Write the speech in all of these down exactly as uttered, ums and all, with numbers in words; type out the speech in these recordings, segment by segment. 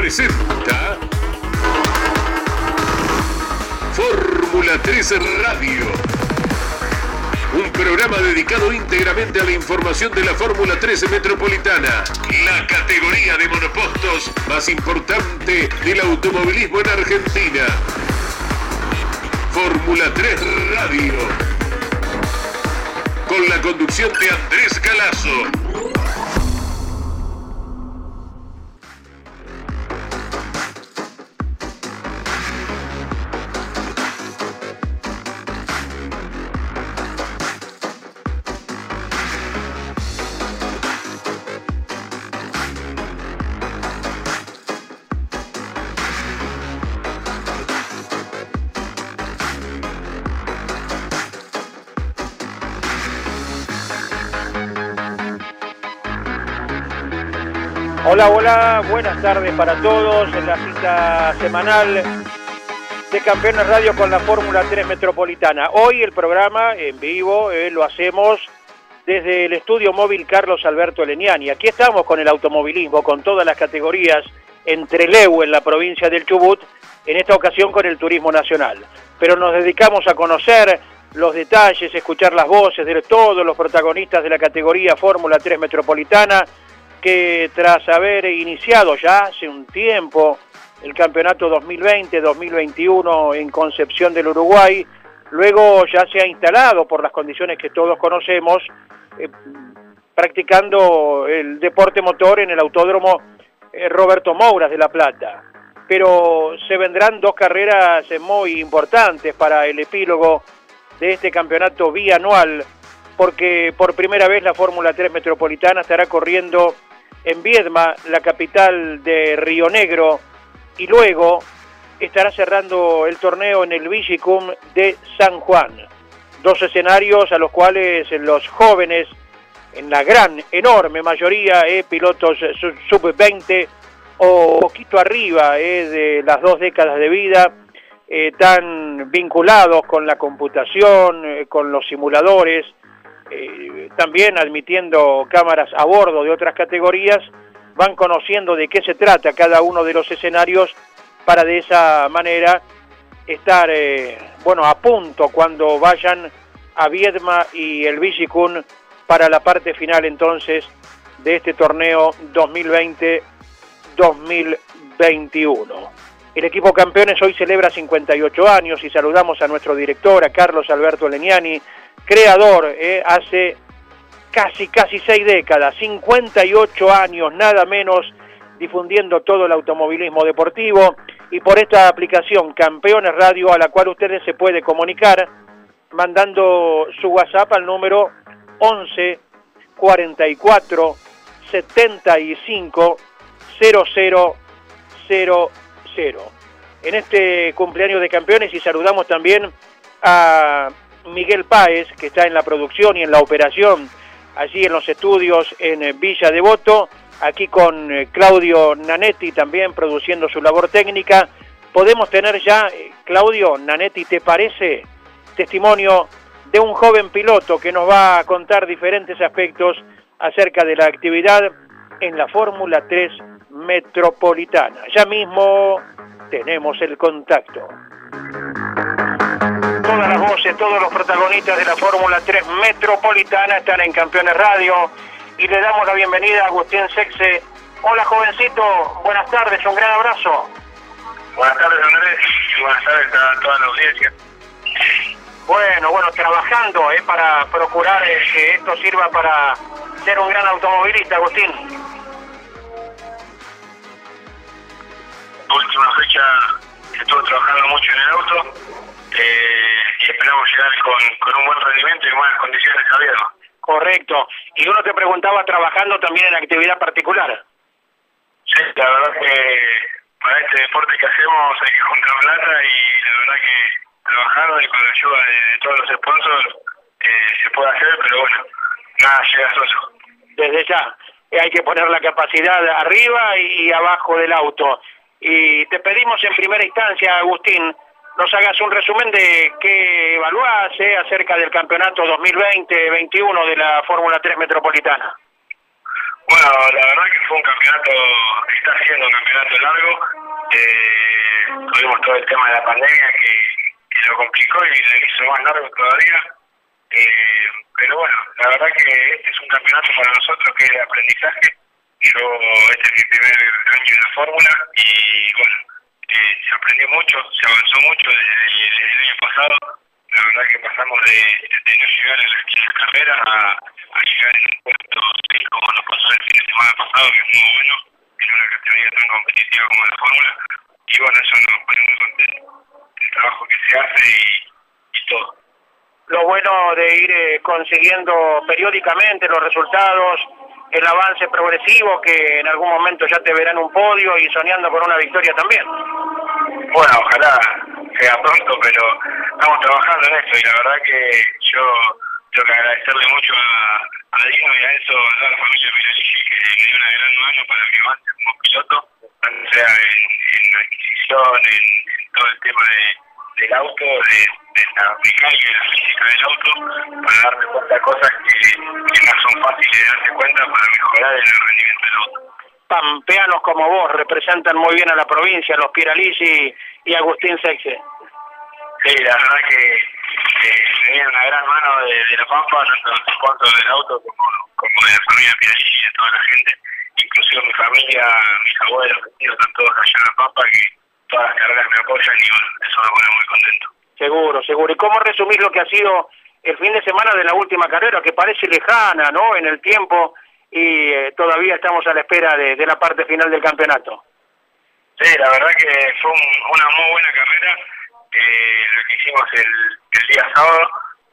presenta Fórmula tres Radio, un programa dedicado íntegramente a la información de la Fórmula tres Metropolitana, la categoría de monopostos más importante del automovilismo en Argentina. Fórmula tres Radio, con la conducción de Andrés Calazo. Hola, hola, buenas tardes para todos en la cita semanal de Campeones Radio con la Fórmula tres Metropolitana. Hoy el programa en vivo eh, lo hacemos desde el estudio móvil Carlos Alberto Leniani. Aquí estamos con el automovilismo, con todas las categorías en Trelew, en la provincia del Chubut, en esta ocasión con el turismo nacional. Pero nos dedicamos a conocer los detalles, escuchar las voces de todos los protagonistas de la categoría Fórmula tres Metropolitana, que tras haber iniciado ya hace un tiempo el campeonato dos mil veinte dos mil veintiuno en Concepción del Uruguay, luego ya se ha instalado por las condiciones que todos conocemos, eh, practicando el deporte motor en el autódromo eh, Roberto Mouras de La Plata. Pero se vendrán dos carreras eh, muy importantes para el epílogo de este campeonato bianual, porque por primera vez la Fórmula tres Metropolitana estará corriendo en Viedma, la capital de Río Negro, y luego estará cerrando el torneo en el Vigicum de San Juan. Dos escenarios a los cuales los jóvenes, en la gran, enorme mayoría, eh, pilotos sub veinte o poquito arriba eh, de las dos décadas de vida, eh, tan vinculados con la computación, eh, con los simuladores, Eh, también admitiendo cámaras a bordo de otras categorías, van conociendo de qué se trata cada uno de los escenarios para de esa manera estar eh, bueno, a punto cuando vayan a Viedma y el Vigicum para la parte final entonces de este torneo dos mil veinte dos mil veintiuno. El equipo Campeones hoy celebra cincuenta y ocho años y saludamos a nuestro director, a Carlos Alberto Leniani, creador, eh, hace casi, casi seis décadas, cincuenta y ocho años, nada menos, difundiendo todo el automovilismo deportivo, y por esta aplicación Campeones Radio, a la cual ustedes se puede comunicar mandando su WhatsApp al número once cuarenta y cuatro setenta y cinco cero cero cero cero. En este cumpleaños de Campeones, y saludamos también a Miguel Páez, que está en la producción y en la operación, allí en los estudios en Villa Devoto, aquí con Claudio Nanetti también produciendo su labor técnica. Podemos tener ya, Claudio Nanetti, ¿te parece? Testimonio de un joven piloto que nos va a contar diferentes aspectos acerca de la actividad en la Fórmula tres Metropolitana. Ya mismo tenemos el contacto. Todas las voces, todos los protagonistas de la Fórmula tres Metropolitana están en Campeones Radio y le damos la bienvenida a Agustín Sexe. Hola, jovencito, buenas tardes, un gran abrazo. Buenas tardes, Andrés, y buenas tardes a toda la audiencia. Bueno, bueno, trabajando eh, para procurar eh, que esto sirva para ser un gran automovilista, Agustín. Última fecha estuve trabajando mucho en el auto. Eh, y esperamos llegar con, con un buen rendimiento y buenas condiciones a Viedma. Correcto. Y uno te preguntaba, trabajando también en actividad particular. Sí, la verdad que para este deporte que hacemos hay que juntar plata, y la verdad que trabajando y con la ayuda de, de todos los sponsors eh, se puede hacer, pero bueno, nada llega solo. Desde ya, eh, hay que poner la capacidad arriba y abajo del auto. Y te pedimos en primera instancia, Agustín, nos hagas un resumen de qué evaluás eh, acerca del campeonato dos mil veinte veintiuno de la Fórmula tres Metropolitana. Bueno, la verdad que fue un campeonato está siendo un campeonato largo. Eh, tuvimos todo el tema de la pandemia que, que lo complicó y lo hizo más largo todavía. Eh, pero bueno, la verdad que este es un campeonato para nosotros que es de aprendizaje. Yo, este es mi primer año en la fórmula y bueno, eh, se aprendió mucho, se avanzó mucho desde, desde el año pasado. La verdad que pasamos de, de no llegar en la, en la carrera a, a llegar en un puesto seis como nos pasó el fin de semana pasado, que es muy bueno, en una categoría tan competitiva como la fórmula. Y bueno, eso nos pone muy contentos, el trabajo que se hace y, y todo. Lo bueno de ir eh, consiguiendo periódicamente los resultados, el avance progresivo, que en algún momento ya te verán un podio y soñando con una victoria también. Bueno, ojalá sea pronto, pero estamos trabajando en esto y la verdad que yo tengo que agradecerle mucho a, a Dino y a eso, a toda la familia Pirelli, que me dio una gran mano para que avance como piloto, sea en, en la adquisición, en, en todo el tema de, del auto, de, de la mecánica y la física del auto, para darme cuenta de cosas que, que no son fáciles de darse cuenta para mejorar el rendimiento del auto. Pampeanos como vos representan muy bien a la provincia, los Pieralisi y Agustín Sexe. Sí, la verdad que eh, me viene una gran mano de, de la Pampa, tanto en cuanto del auto como, como de la familia Pieralisi y de toda la gente, inclusive mi familia, mis abuelos, mis tíos, están todos allá en la Pampa, que todas las carreras me apoyan y bueno, eso me pone muy contento. Seguro, seguro. ¿Y cómo resumís lo que ha sido el fin de semana de la última carrera, que parece lejana, ¿no?, en el tiempo, y eh, todavía estamos a la espera de, de la parte final del campeonato? Sí, la verdad que fue un, una muy buena carrera, eh, lo que hicimos el, el día sábado.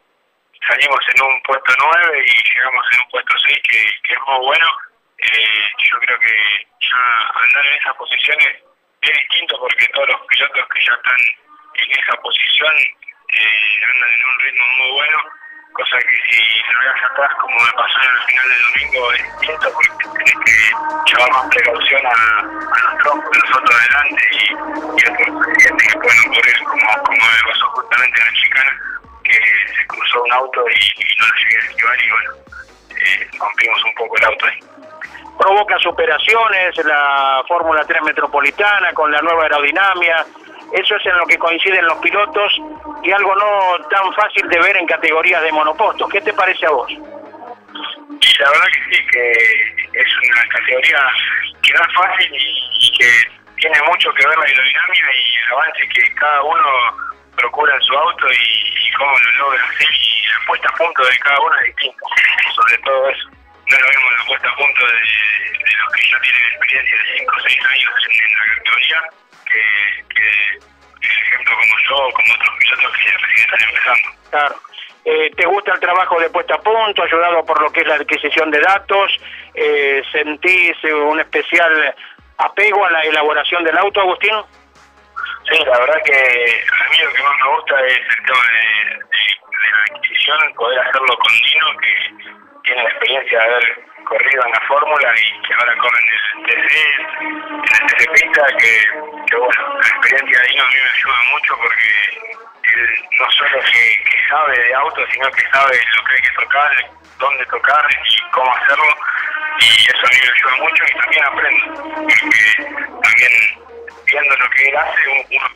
Salimos en un puesto nueve y llegamos en un puesto seis, que, que es muy bueno. Eh, yo creo que ya andar en esas posiciones es distinto, porque todos los pilotos que ya están en esa posición eh, andan en un ritmo muy bueno, cosa que si lo veas atrás, como me pasó en el final del domingo, es distinto, porque tenés que llevar más precaución a, a los troncos de nosotros adelante y, y otros accidentes que pueden ocurrir, como, como me pasó justamente en la chicana, que se cruzó un auto y, y no lo llegué a esquivar y bueno, eh, rompimos un poco el auto ahí. Provoca superaciones la Fórmula tres Metropolitana con la nueva aerodinámica. Eso es en lo que coinciden los pilotos y algo no tan fácil de ver en categorías de monopostos. ¿Qué te parece a vos? Y la verdad que sí, que es una categoría que no es fácil y, y que tiene mucho que ver la aerodinámica y el avance que cada uno procura en su auto y, y cómo lo logra hacer, y la puesta a punto de cada uno es distinta, sobre todo eso. No es lo mismo la puesta a punto de, de los que ya tienen experiencia de cinco o seis años en, en la categoría, que, que el ejemplo como yo o como otros pilotos que recién están empezando. Claro. Eh, ¿Te gusta el trabajo de puesta a punto, ayudado por lo que es la adquisición de datos? Eh, ¿Sentís un especial apego a la elaboración del auto, Agustín? Sí, la verdad que a mí lo que más me gusta es el tema de, de, de la adquisición, poder hacerlo con Dino, que tiene la experiencia de haber corrido en la fórmula y que ahora corre en el T C, en el T C Pista, que, que bueno, la experiencia de Dino a mí me ayuda mucho, porque él no solo que, que sabe de autos, sino que sabe lo que hay que tocar, dónde tocar y cómo hacerlo, y eso a mí me ayuda mucho y también aprendo, porque también viendo lo que él hace, uno...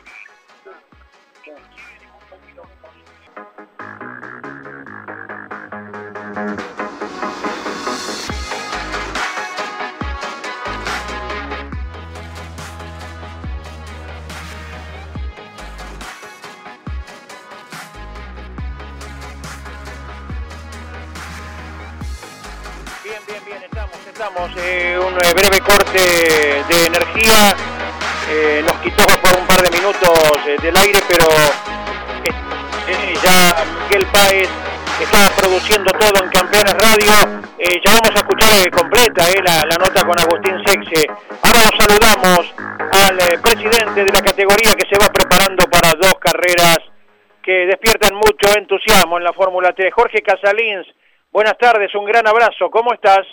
Bien, bien, bien, estamos, estamos. Eh, un eh, breve corte de energía. Eh, nos quitó por un par de minutos eh, del aire, pero eh, eh, ya Miguel Páez está produciendo todo en Campeones Radio. Eh, ya vamos a escuchar eh, completa eh, la, la nota con Agustín Sexe. Ahora nos saludamos al eh, presidente de la categoría, que se va preparando para dos carreras que despiertan mucho entusiasmo en la Fórmula tres. Jorge Casalins, buenas tardes, un gran abrazo, ¿cómo estás?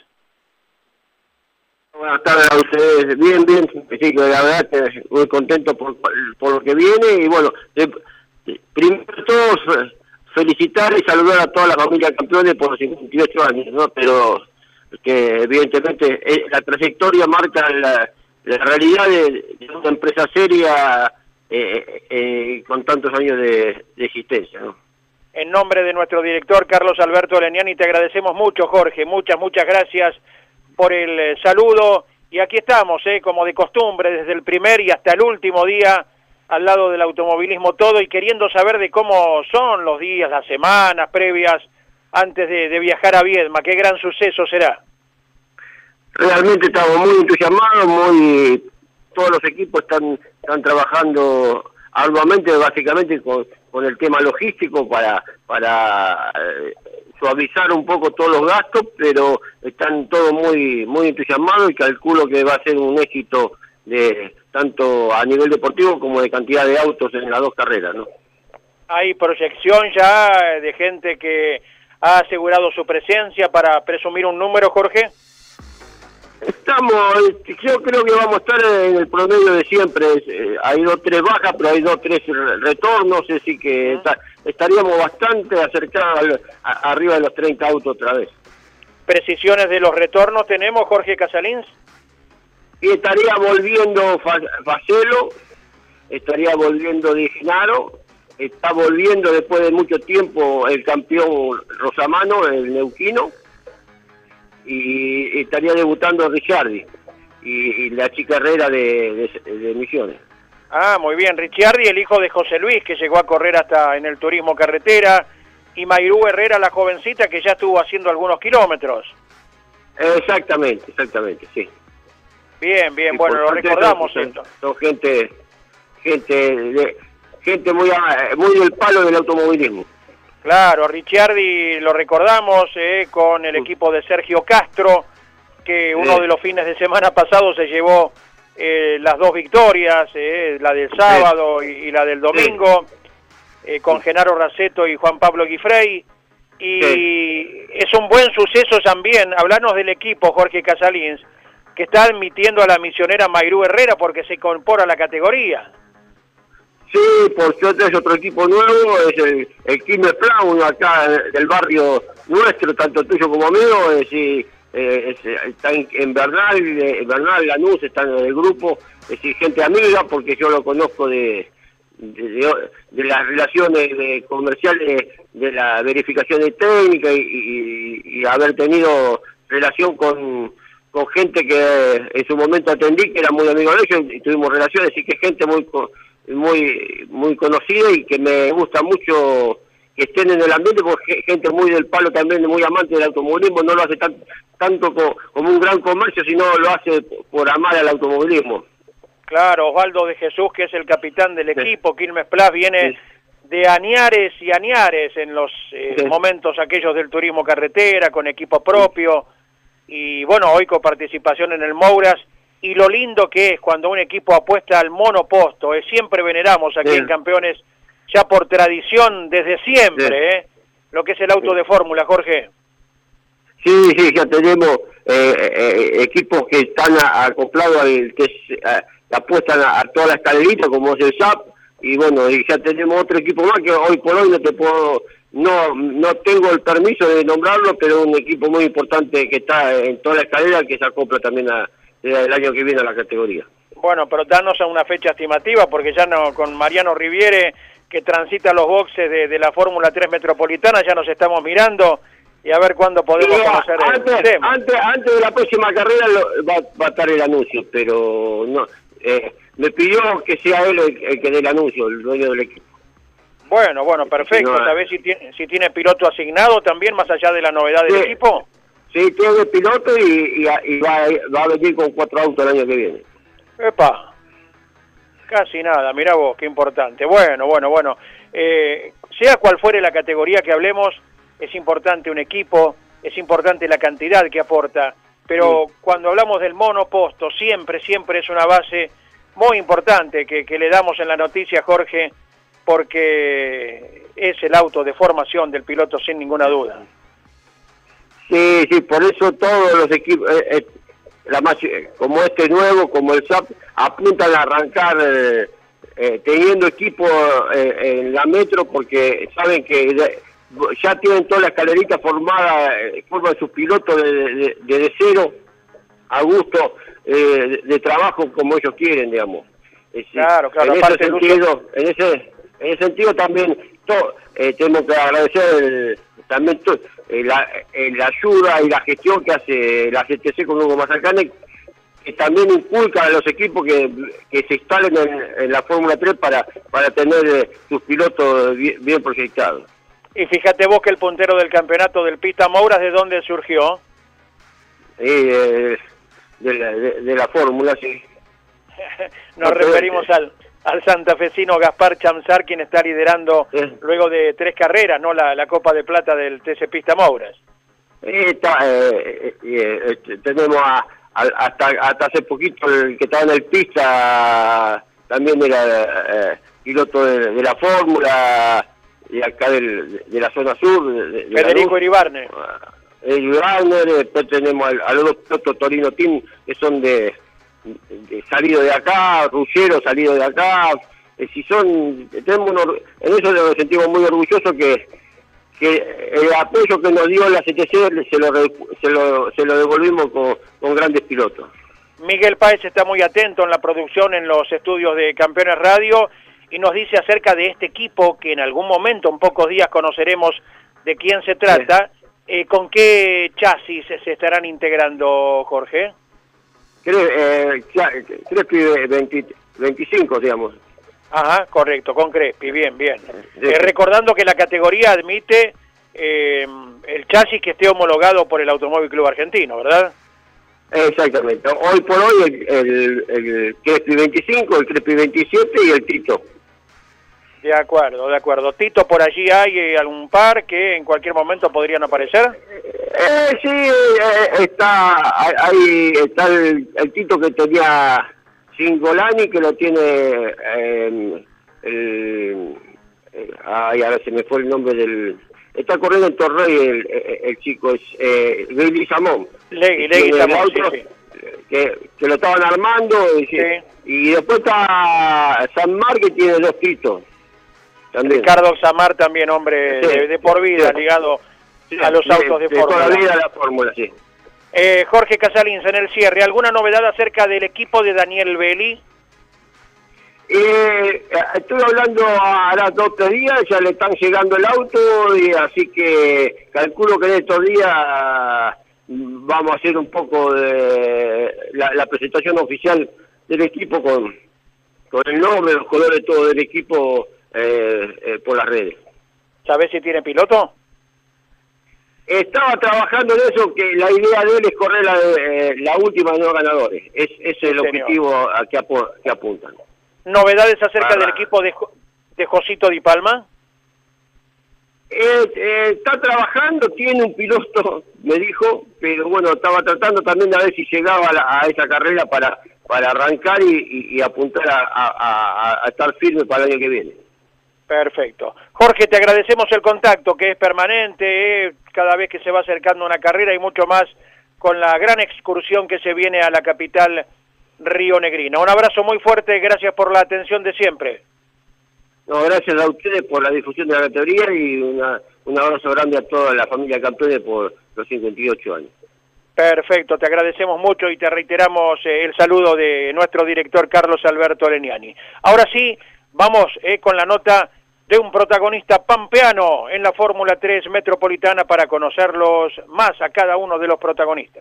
Buenas tardes a ustedes, bien, bien, sí, la verdad que muy contento por, por lo que viene, y bueno, eh, primero de todos felicitar y saludar a toda la familia Campeones por los cincuenta y ocho años, ¿no? Pero que evidentemente eh, la trayectoria marca la, la realidad de, de una empresa seria eh, eh, con tantos años de, de existencia, ¿no? En nombre de nuestro director Carlos Alberto Leniani te agradecemos mucho, Jorge, muchas, muchas gracias por el eh, saludo, y aquí estamos, eh, como de costumbre, desde el primer y hasta el último día, al lado del automovilismo todo, y queriendo saber de cómo son los días, las semanas previas, antes de, de viajar a Viedma. Qué gran suceso será. Realmente estamos muy entusiasmados, muy todos los equipos están, están trabajando arduamente, básicamente con, con el tema logístico para, para eh, suavizar un poco todos los gastos, pero están todos muy, muy entusiasmados y calculo que va a ser un éxito de tanto a nivel deportivo como de cantidad de autos en las dos carreras, ¿no? Hay proyección ya de gente que ha asegurado su presencia para presumir un número, Jorge. Estamos, yo creo que vamos a estar en el promedio de siempre. Eh, hay dos, tres bajas, pero hay dos, tres retornos, así que está, estaríamos bastante acercados al, a, arriba de los treinta autos otra vez. ¿Precisiones de los retornos tenemos, Jorge Casalins? Y estaría volviendo Facelo, estaría volviendo Di Genaro, está volviendo después de mucho tiempo el campeón Rosamano, el neuquino, y estaría debutando Ricciardi y, y la chica Herrera de, de, de Misiones. Ah, muy bien, Ricciardi, el hijo de José Luis, que llegó a correr hasta en el turismo carretera, y Mayrú Herrera, la jovencita, que ya estuvo haciendo algunos kilómetros. Exactamente, exactamente, sí. Bien, bien, y bueno, lo recordamos son, esto. Son gente, gente, de, gente muy, muy del palo del automovilismo. Claro, Ricciardi lo recordamos eh, con el equipo de Sergio Castro, que uno sí. de los fines de semana pasado se llevó eh, las dos victorias, eh, la del sábado sí. y, y la del domingo, sí. eh, con Genaro Raceto y Juan Pablo Guifrey, y sí. es un buen suceso también. Hablarnos del equipo, Jorge Casalins, que está admitiendo a la misionera Mayrú Herrera porque se incorpora a la categoría. Sí, por suerte es otro equipo nuevo, es el, el Quilmes Pla, uno acá del barrio nuestro, tanto tuyo como mío, es, eh, es, está en, en Bernal, en Bernal, Lanús, están en el grupo, es decir, gente amiga, porque yo lo conozco de, de, de, de las relaciones de comerciales, de la verificación de técnica y, y, y haber tenido relación con... con gente que en su momento atendí, que era muy amigo de ellos, y tuvimos relaciones, y que es gente muy muy muy conocida y que me gusta mucho que estén en el ambiente, porque gente muy del palo también, muy amante del automovilismo, no lo hace tan, tanto como, como un gran comercio, sino lo hace por amar al automovilismo. Claro, Osvaldo de Jesús, que es el capitán del equipo, sí. Quilmes Plas viene sí. de añares y añares en los eh, sí. momentos aquellos del turismo carretera, con equipo propio, sí. y bueno, hoy con participación en el Mouras, y lo lindo que es cuando un equipo apuesta al monoposto, eh, siempre veneramos aquí sí. en Campeones, ya por tradición desde siempre, sí. eh, lo que es el auto sí. de fórmula, Jorge. Sí, sí, ya tenemos eh, eh, equipos que están acoplados al que es, a, apuestan a, a toda la escalerita, como es el S A P, y bueno, y ya tenemos otro equipo más que hoy por hoy no te puedo, no no tengo el permiso de nombrarlo, pero un equipo muy importante que está en toda la escalera, que se acopla también a el año que viene a la categoría. Bueno, pero danos a una fecha estimativa, porque ya no con Mariano Riviere, que transita los boxes de, de la Fórmula tres Metropolitana, ya nos estamos mirando, y a ver cuándo podemos sí, conocer antes, el tema. Antes, antes de la próxima carrera lo, va, va a estar el anuncio, pero no eh, me pidió que sea él el, el que dé el anuncio, el dueño del equipo. Bueno, bueno, perfecto. No, ¿sabés si tiene, si tiene piloto asignado también, más allá de la novedad del sí. equipo? Sí, tiene piloto y, y, y va, va a venir con cuatro autos el año que viene. Epa, casi nada, mirá vos, qué importante. Bueno, bueno, bueno, eh, sea cual fuere la categoría que hablemos, es importante un equipo, es importante la cantidad que aporta, pero sí. cuando hablamos del monoposto, siempre, siempre es una base muy importante que, que le damos en la noticia, Jorge, porque es el auto de formación del piloto sin ninguna duda. Sí, sí, por eso todos los equipos, eh, eh, la más, como este nuevo, como el S A P, apuntan a arrancar eh, eh, teniendo equipo eh, en la metro, porque saben que de, ya tienen toda la escalerita formada, eh, forman sus pilotos de, de, de, de cero, a gusto, eh, de, de trabajo como ellos quieren, digamos. Es, claro, claro. En ese sentido, en ese, en ese sentido también to, eh, tenemos que agradecer el, también to, eh, la, eh, la ayuda y la gestión que hace la C T C con Hugo Mazacane, que también inculca a los equipos que, que se instalen en, en la Fórmula tres para, para tener eh, sus pilotos bien, bien proyectados. Y fíjate vos que el puntero del campeonato del Pista Mouras, ¿de dónde surgió? Eh, de la, de, de la Fórmula, sí. Nos referimos al, al santafesino Gaspar Chamsar, quien está liderando sí. luego de tres carreras, ¿no? La, la Copa de Plata del T C Pista Mouras. Está, eh, eh, eh, tenemos a, a, hasta, hasta hace poquito el que estaba en el Pista, también era eh, piloto de, de la Fórmula, y acá del, de la zona sur. De, de Federico Iribarne. Iribarne, después tenemos a, a los dos pilotos Torino Team, que son de... de salido de acá, Ruggiero salido de acá, eh, si son, tenemos unos, en eso nos sentimos muy orgullosos que, que el apoyo que nos dio la C T C se lo, se lo, se lo devolvimos con, con grandes pilotos. Miguel Páez está muy atento en la producción en los estudios de Campeones Radio y nos dice acerca de este equipo que en algún momento, en pocos días, conoceremos de quién se trata. Sí. Eh, ¿Con qué chasis se estarán integrando, Jorge? Creo, eh, Crespi veinte, veinticinco, digamos. Ajá, correcto, con Crespi, bien, bien. Sí. Eh, recordando que la categoría admite eh, el chasis que esté homologado por el Automóvil Club Argentino, ¿verdad? Exactamente. Hoy por hoy el, el, el Crespi veinticinco, el Crespi veintisiete y el Tito. De acuerdo, de acuerdo. Tito, por allí hay eh, algún par que en cualquier momento podrían aparecer. Eh, sí, eh, está ahí está el, el Tito que tenía Cingolani, que lo tiene eh, el, el ay, ahora se me fue el nombre del, está corriendo en Torrey el, el, el chico, es eh, Legui Samón. Legui, Legui Samón, sí, sí. Que, que lo estaban armando y, sí. y después está San Mar, que tiene dos Titos. También. Ricardo Samar también, hombre, sí, de, de por vida, sí, ligado sí, a los autos de, de Fórmula. De toda la vida la Fórmula, sí. Eh, Jorge Casalins, en el cierre, ¿alguna novedad acerca del equipo de Daniel Belli? Eh, estoy hablando ahora dos o tres días, ya le están llegando el auto, y así que calculo que en estos días vamos a hacer un poco de la, la presentación oficial del equipo con, con el nombre, los colores, todo del equipo. Eh, eh, por las redes. ¿Sabés si tiene piloto? Estaba trabajando en eso, que la idea de él es correr la, eh, la última de los ganadores. Es, ese es el objetivo a que, apu que apuntan. ¿Novedades acerca Para... del equipo de, de Josito Di Palma? Eh, eh, está trabajando, tiene un piloto, me dijo, pero bueno, estaba tratando también de ver si llegaba a, la, a esa carrera para, para arrancar y, y, y apuntar a, a, a estar firme para el año que viene. Perfecto. Jorge, te agradecemos el contacto, que es permanente, eh, cada vez que se va acercando una carrera y mucho más con la gran excursión que se viene a la capital rionegrina. Un abrazo muy fuerte, gracias por la atención de siempre. No, gracias a ustedes por la difusión de la categoría y una, un abrazo grande a toda la familia Campeones por los cincuenta y ocho años. Perfecto, te agradecemos mucho y te reiteramos eh, el saludo de nuestro director Carlos Alberto Leniani. Ahora sí, vamos eh, con la nota de un protagonista pampeano en la Fórmula tres Metropolitana para conocerlos más a cada uno de los protagonistas.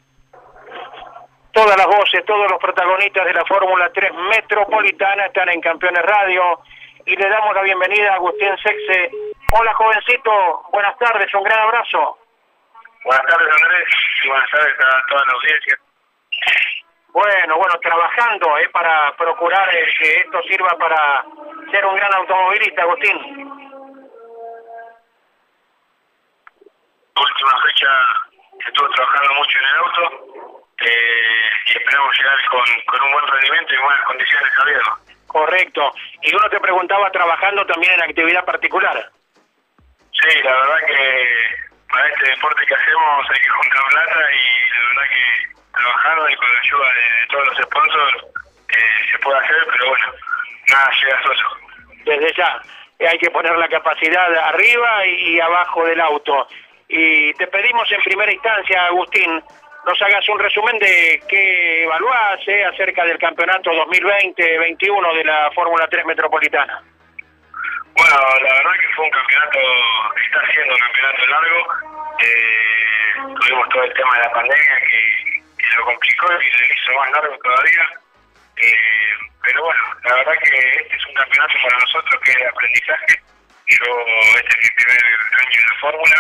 Todas las voces, todos los protagonistas de la Fórmula tres Metropolitana están en Campeones Radio y le damos la bienvenida a Agustín Sexe. Hola, jovencito, buenas tardes, un gran abrazo. Buenas tardes, Andrés, y buenas tardes a toda la audiencia. Bueno, bueno, trabajando eh, para procurar eh, que esto sirva para ser un gran automovilista, Agustín. La última fecha estuve trabajando mucho en el auto eh, y esperamos llegar con, con un buen rendimiento y buenas condiciones a Vierno. Correcto. Y uno te preguntaba, trabajando también en actividad particular. Sí, la verdad que para este deporte que hacemos hay que juntar plata y la verdad que trabajando y con la ayuda de, de todos los sponsors eh, se puede hacer, pero bueno, nada llega solo. Desde ya, eh, hay que poner la capacidad arriba y, y abajo del auto. Y te pedimos en primera instancia, Agustín, nos hagas un resumen de qué evaluás eh, acerca del campeonato dos mil veinte veintiuno de la Fórmula tres Metropolitana. Bueno, la verdad que fue un campeonato, está siendo un campeonato largo. Eh, tuvimos todo el tema de la pandemia que, que lo complicó y lo hizo más largo todavía. Eh, pero bueno, la verdad que este es un campeonato para nosotros que es de aprendizaje. Yo, este es mi primer año en la Fórmula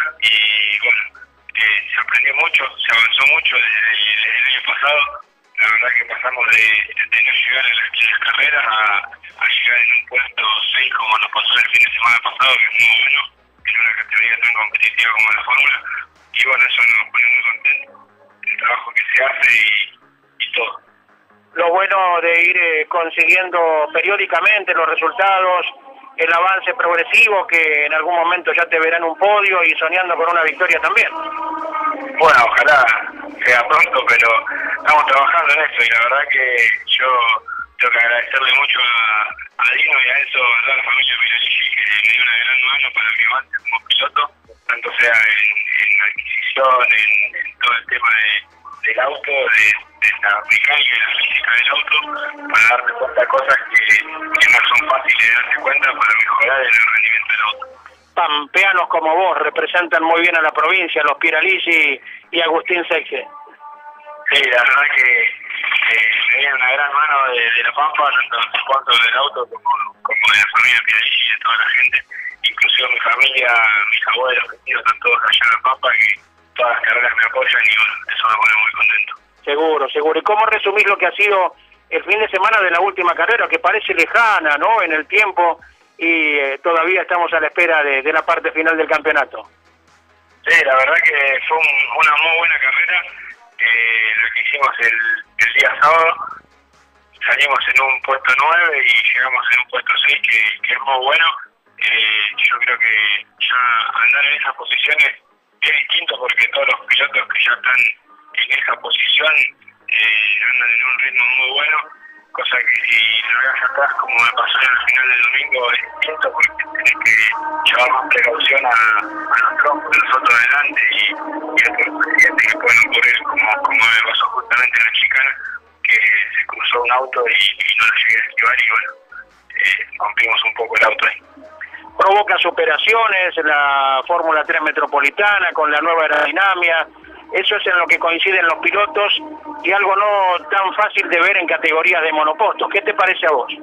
y bueno, eh, se aprendió mucho, se avanzó mucho desde el, desde el año pasado. La verdad que pasamos de, de no llegar en las, en las carreras a, a llegar en un puesto seis como nos pasó el fin de semana pasado, que es muy bueno, en una categoría tan competitiva como la Fórmula. Y bueno, eso nos pone muy contentos, el trabajo que se hace y, y todo. Lo bueno de ir eh, consiguiendo periódicamente los resultados, el avance progresivo, que en algún momento ya te verán un podio y soñando con una victoria también. Bueno, ojalá sea pronto, pero estamos trabajando en esto y la verdad que yo tengo que agradecerle mucho a, a Dino y a eso, a toda la familia Pirelli, que me dio una gran mano para mi avance como piloto, tanto sea en, en adquisición, en, en todo el tema de, del auto, de, de la mecánica y la física del auto, para darme cuenta de cosas que, que no son fáciles de darse cuenta para mejorar el rendimiento del auto. Pampeanos como vos representan muy bien a la provincia, los Piralisi y Agustín Sexe. Sí, la verdad que eh, me viene una gran mano de, de la Pampa, tanto en los sponsors del auto como, como de la familia Pirelli y de toda la gente, inclusive mi familia, mis abuelos, mis tíos están todos allá en la Pampa, que todas las carreras me apoyan y bueno, eso me pone muy contento. Seguro, seguro. ¿Y cómo resumís lo que ha sido el fin de semana de la última carrera, que parece lejana, ¿no?, en el tiempo, y eh, todavía estamos a la espera de, de la parte final del campeonato? Sí, la verdad que fue un, una muy buena carrera, eh, la que hicimos el, el día sábado. Salimos en un puesto nueve y llegamos en un puesto seis, que, que es muy bueno. Eh, yo creo que ya andar en esas posiciones es distinto porque todos los pilotos que ya están en esa posición eh, andan en un ritmo muy bueno, cosa que si largas atrás como me pasó en el final del domingo es distinto porque tenés que llevar más precaución a, a los troncos de los otros adelante y, y otros accidentes que pueden ocurrir como, como me pasó justamente en la chicana, que se cruzó un auto y, y no lo llegué a esquivar y bueno, eh, rompimos un poco el auto ahí. Provoca superaciones la Fórmula tres Metropolitana con la nueva aerodinámica. Eso es en lo que coinciden los pilotos y algo no tan fácil de ver en categorías de monopostos. ¿Qué te parece a vos?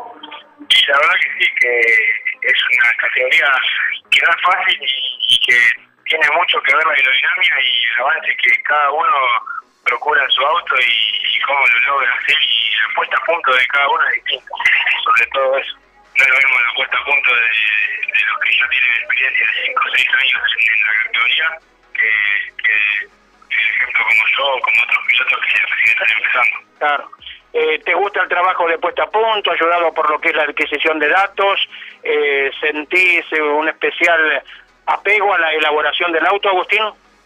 Sí, la verdad que sí, que es una categoría que no es fácil y, y que tiene mucho que ver la aerodinámica y el avance que cada uno procura en su auto y, y cómo lo logra hacer y la puesta a punto de cada uno es distinta, sobre todo eso. No es lo mismo la puesta a punto de, de los que ya tienen experiencia de cinco o seis años en la categoría que, que el ejemplo como yo o como otros pilotos que recién están empezando. Claro. Eh, ¿Te gusta el trabajo de puesta a punto, ayudado por lo que es la adquisición de datos? Eh, ¿Sentís un especial apego a la elaboración del auto, Agustín?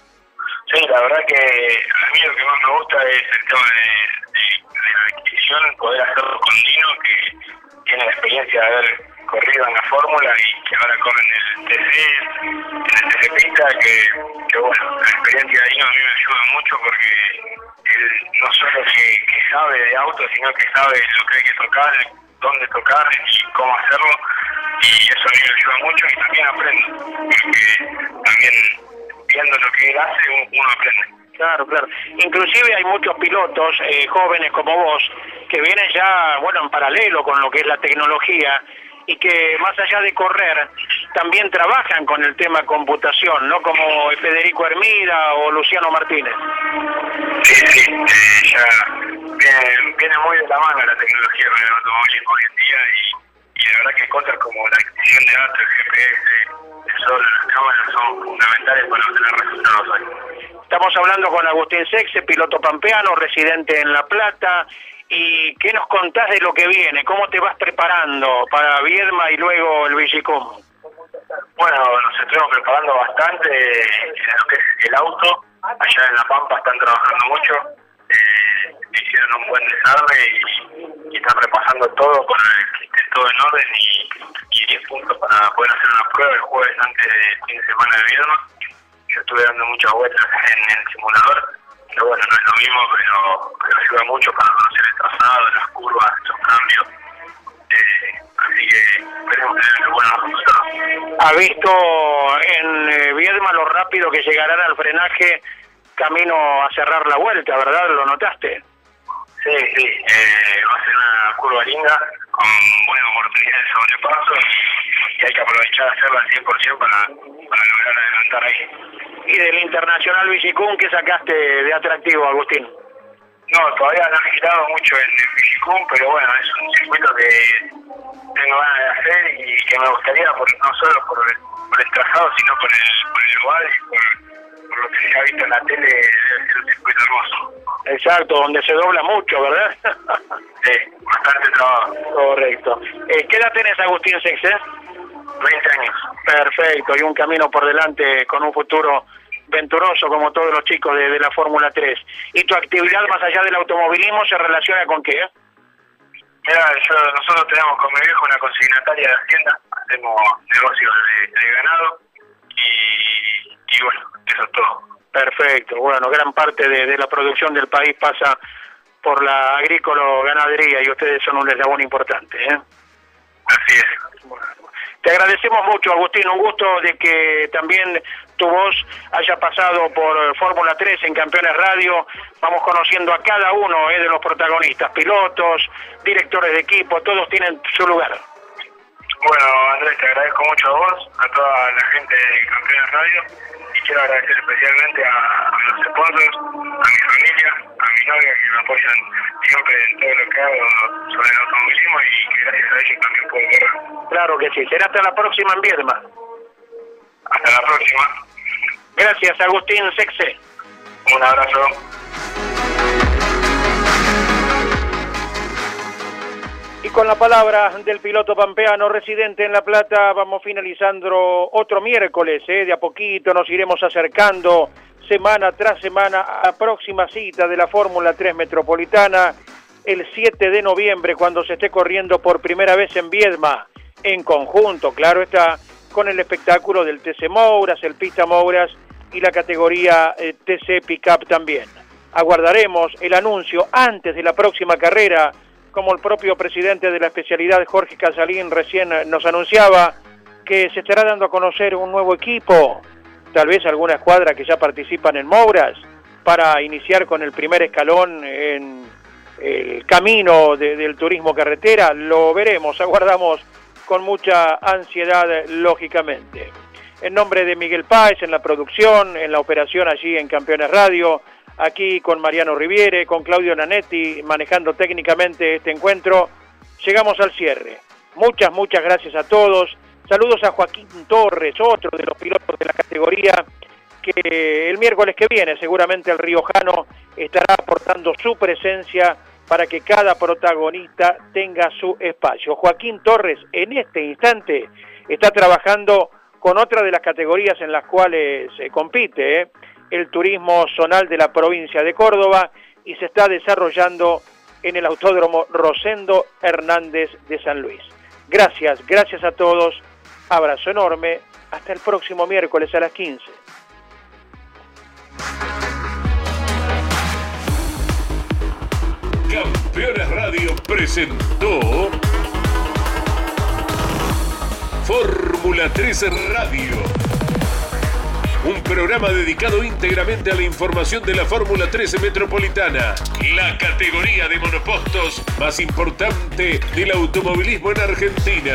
Sí, la verdad que a mí lo que más me gusta es el tema de, de, de la adquisición, poder hacerlo con Dino, que tiene la experiencia de haber corrido en la Fórmula y que ahora corre en el T C, en el T C Pista, que, que bueno, la experiencia de Dino a mí me ayuda mucho porque él no solo que, que sabe de autos, sino que sabe lo que hay que tocar, dónde tocar y cómo hacerlo, y eso a mí me ayuda mucho y también aprendo, porque también viendo lo que él hace uno aprende. Claro, claro. Inclusive hay muchos pilotos eh, jóvenes como vos que vienen ya, bueno, en paralelo con lo que es la tecnología y que más allá de correr también trabajan con el tema computación, ¿no? Como Federico Hermida o Luciano Martínez. Sí, sí, eh, ya viene, viene muy de la mano la tecnología con el automovilismo hoy en día y, y la verdad que cosas como la adquisición de datos, el G P S, el sol, las cámaras son fundamentales para obtener resultados hoy. Estamos hablando con Agustín Sexe, piloto pampeano, residente en La Plata. ¿Y qué nos contás de lo que viene? ¿Cómo te vas preparando para Viedma y luego el Villicum? Bueno, nos estuvimos preparando bastante en lo que es el auto. Allá en La Pampa están trabajando mucho. Eh, hicieron un buen desarme y, y están repasando todo para que esté todo en orden y, y diez puntos para poder hacer una prueba el jueves antes del fin de semana de Viedma. Yo estuve dando muchas vueltas en el simulador que bueno, no es lo mismo, pero, pero ayuda mucho para conocer el trazado, las curvas, los cambios. Eh, así que esperemos tener buenos resultados. ¿Ha visto en eh, Viedma lo rápido que llegarán al frenaje camino a cerrar la vuelta, verdad? ¿Lo notaste? Sí, sí, eh, va a ser una curva linda, con buena oportunidad de sobrepaso y, y hay que aprovechar de hacerla al cien por ciento para, para lograr adelantar ahí. ¿Y del Internacional Villicún qué sacaste de atractivo, Agustín? No, todavía no he girado mucho en el Villicún, pero bueno, es un circuito que tengo ganas de hacer y que me gustaría, por, no solo por el, por el trazado, sino por el, por el lugar y por, por lo que se ha visto en la tele, debe ser un circuito hermoso. Exacto, donde se dobla mucho, ¿verdad? Sí, bastante trabajo. Correcto. Eh, ¿Qué edad tenés, Agustín Sexé? veinte años. Perfecto, y un camino por delante con un futuro venturoso como todos los chicos de, de la Fórmula tres. ¿Y tu actividad más allá del automovilismo se relaciona con qué? Mira, yo, nosotros tenemos con mi viejo una consignataria de Hacienda, hacemos negocios de, de ganado y, y bueno, eso es todo. Perfecto, bueno, gran parte de, de la producción del país pasa por la agrícola-ganadería y ustedes son un eslabón importante, ¿eh? Así es. Bueno, te agradecemos mucho, Agustín, un gusto de que también tu voz haya pasado por Fórmula tres en Campeones Radio. Vamos conociendo a cada uno eh, de los protagonistas, pilotos, directores de equipo, todos tienen su lugar. Bueno, Andrés, te agradezco mucho a vos, a toda la gente de Campeones Radio, y quiero agradecer especialmente a, a los sponsors, a mi familia, a mi novia, que me apoyan siempre en todo lo que hago sobre el automovilismo y que gracias a ellos también puedo correr. Claro que sí, será hasta la próxima en Viedma. Hasta la próxima. Gracias, Agustín Sexé. Un abrazo. Y con la palabra del piloto pampeano residente en La Plata, vamos finalizando otro miércoles, ¿eh? De a poquito nos iremos acercando semana tras semana a la próxima cita de la Fórmula tres Metropolitana, el siete de noviembre, cuando se esté corriendo por primera vez en Viedma, en conjunto, claro está, con el espectáculo del T C Mouras, el Pista Mouras y la categoría eh, T C Pickup también. Aguardaremos el anuncio antes de la próxima carrera, como el propio presidente de la especialidad, Jorge Casalín, recién nos anunciaba que se estará dando a conocer un nuevo equipo, tal vez alguna escuadra que ya participan en Mouras, para iniciar con el primer escalón en el camino de, del turismo carretera. Lo veremos, aguardamos con mucha ansiedad, lógicamente. En nombre de Miguel Páez, en la producción, en la operación allí en Campeones Radio, aquí con Mariano Riviere, con Claudio Nanetti, manejando técnicamente este encuentro, llegamos al cierre. Muchas, muchas gracias a todos. Saludos a Joaquín Torres, otro de los pilotos de la categoría, que el miércoles que viene seguramente el riojano estará aportando su presencia para que cada protagonista tenga su espacio. Joaquín Torres en este instante está trabajando con otra de las categorías en las cuales se compite, ¿eh? el turismo zonal de la provincia de Córdoba, y se está desarrollando en el Autódromo Rosendo Hernández de San Luis. Gracias, gracias a todos, abrazo enorme, hasta el próximo miércoles a las quince. Campeones Radio presentó Fórmula tres Radio, un programa dedicado íntegramente a la información de la Fórmula tres Metropolitana, la categoría de monopostos más importante del automovilismo en Argentina.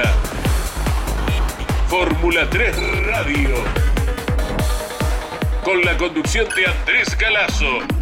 Fórmula tres Radio, con la conducción de Andrés Galazo.